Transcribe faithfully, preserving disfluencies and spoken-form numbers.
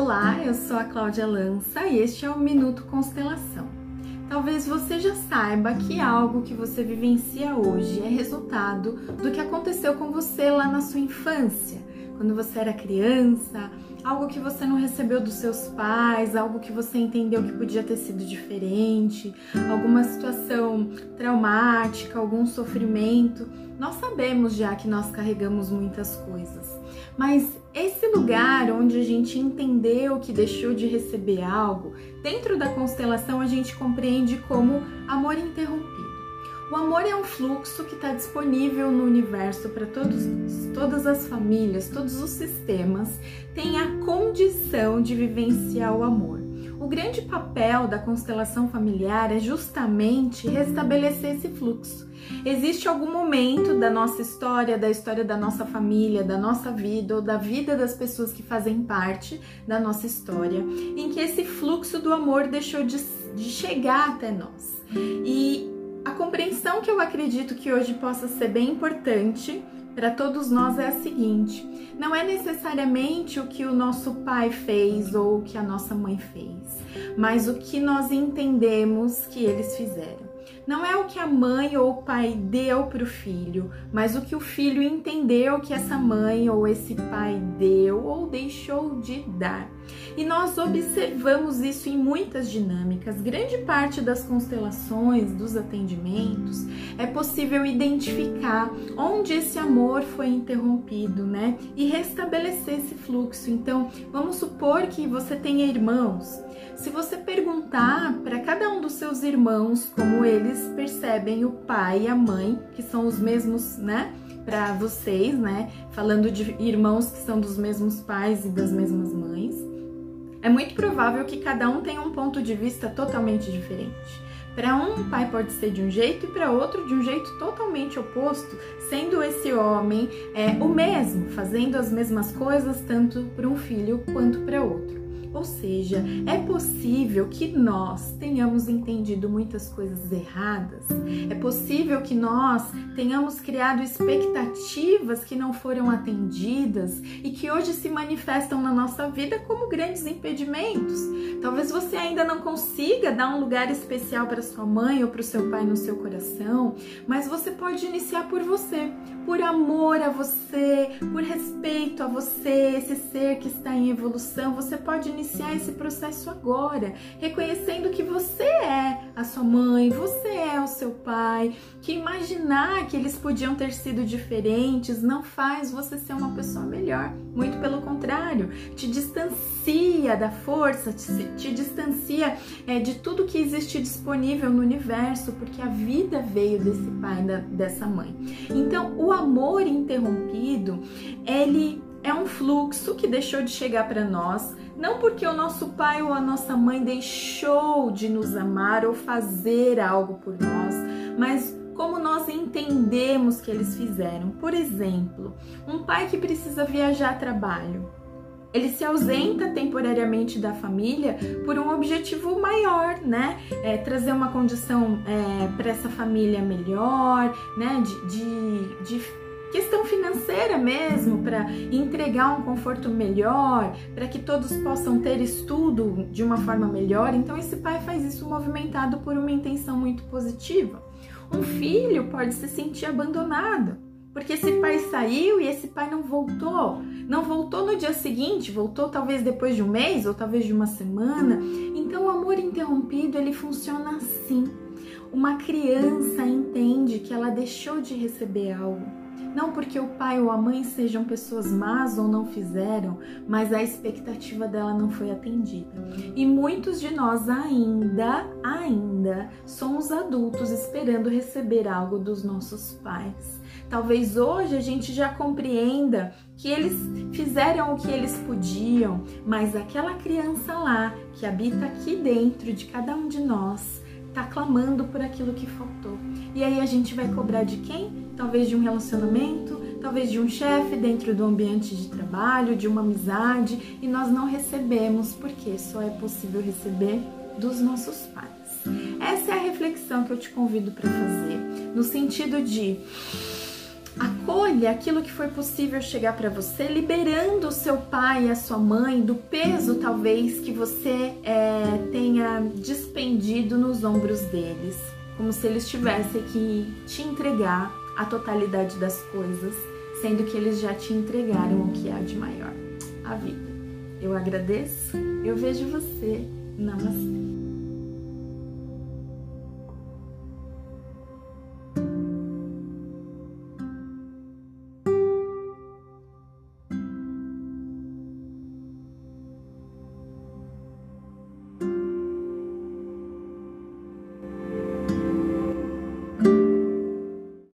Olá, eu sou a Cláudia Lança e este é o Minuto Constelação. Talvez você já saiba que algo que você vivencia hoje é resultado do que aconteceu com você lá na sua infância, quando você era criança, algo que você não recebeu dos seus pais, algo que você entendeu que podia ter sido diferente, alguma situação traumática, algum sofrimento. Nós sabemos já que nós carregamos muitas coisas, mas esse lugar onde a gente entendeu que deixou de receber algo, dentro da constelação a gente compreende como amor interrompido. O amor é um fluxo que está disponível no universo para todos nós, todas as famílias, todos os sistemas têm a condição de vivenciar o amor. O grande papel da constelação familiar é justamente restabelecer esse fluxo. Existe algum momento da nossa história, da história da nossa família, da nossa vida ou da vida das pessoas que fazem parte da nossa história, em que esse fluxo do amor deixou de, de chegar até nós. E a compreensão que eu acredito que hoje possa ser bem importante para todos nós é a seguinte: não é necessariamente o que o nosso pai fez ou o que a nossa mãe fez, mas o que nós entendemos que eles fizeram. Não é o que a mãe ou o pai deu para o filho, mas o que o filho entendeu que essa mãe ou esse pai deu ou deixou de dar. E nós observamos isso em muitas dinâmicas. Grande parte das constelações, dos atendimentos, é possível identificar onde esse amor foi interrompido, né? E restabelecer esse fluxo. Então, vamos supor que você tenha irmãos. Se você perguntar para cada um dos seus irmãos como eles percebem o pai e a mãe, que são os mesmos, né, para vocês, né, falando de irmãos que são dos mesmos pais e das mesmas mães, é muito provável que cada um tenha um ponto de vista totalmente diferente. Para um, o pai pode ser de um jeito e para outro de um jeito totalmente oposto, sendo esse homem é, o mesmo, fazendo as mesmas coisas tanto para um filho quanto para outro. Ou seja, é possível que nós tenhamos entendido muitas coisas erradas, é possível que nós tenhamos criado expectativas que não foram atendidas e que hoje se manifestam na nossa vida como grandes impedimentos. Talvez você ainda não consiga dar um lugar especial para sua mãe ou para o seu pai no seu coração, mas você pode iniciar por você, por amor a você, por respeito a você, esse ser que está em evolução. Você pode iniciar esse processo agora, reconhecendo que você é a sua mãe, você é o seu pai, que imaginar que eles podiam ter sido diferentes não faz você ser uma pessoa melhor, muito pelo contrário, te distancia da força, te, te distancia é, de tudo que existe disponível no universo, porque a vida veio desse pai, da, dessa mãe. Então, o amor interrompido, ele é um fluxo que deixou de chegar para nós, não porque o nosso pai ou a nossa mãe deixou de nos amar ou fazer algo por nós, mas como nós entendemos que eles fizeram. Por exemplo, um pai que precisa viajar a trabalho, ele se ausenta temporariamente da família por um objetivo maior, né? É, trazer uma condição é, para essa família melhor, né? De, de, de questão financeira mesmo, para entregar um conforto melhor, para que todos possam ter estudo de uma forma melhor. Então esse pai faz isso movimentado por uma intenção muito positiva. Um filho pode se sentir abandonado, porque esse pai saiu e esse pai não voltou. Não voltou no dia seguinte, voltou talvez depois de um mês ou talvez de uma semana. Então o amor interrompido, ele funciona assim. Uma criança entende que ela deixou de receber algo. Não porque o pai ou a mãe sejam pessoas más ou não fizeram, mas a expectativa dela não foi atendida. E muitos de nós ainda, ainda somos adultos esperando receber algo dos nossos pais. Talvez hoje a gente já compreenda que eles fizeram o que eles podiam, mas aquela criança lá, que habita aqui dentro de cada um de nós, está clamando por aquilo que faltou. E aí a gente vai cobrar de quem? Talvez de um relacionamento, talvez de um chefe dentro do ambiente de trabalho, de uma amizade, e nós não recebemos porque só é possível receber dos nossos pais. Essa é a reflexão que eu te convido para fazer, no sentido de Acolha aquilo que foi possível chegar para você, liberando o seu pai e a sua mãe do peso, talvez, que você é, tenha despendido nos ombros deles. Como se eles tivessem que te entregar a totalidade das coisas, sendo que eles já te entregaram o que há de maior, a vida. Eu agradeço, eu vejo você. Namastê.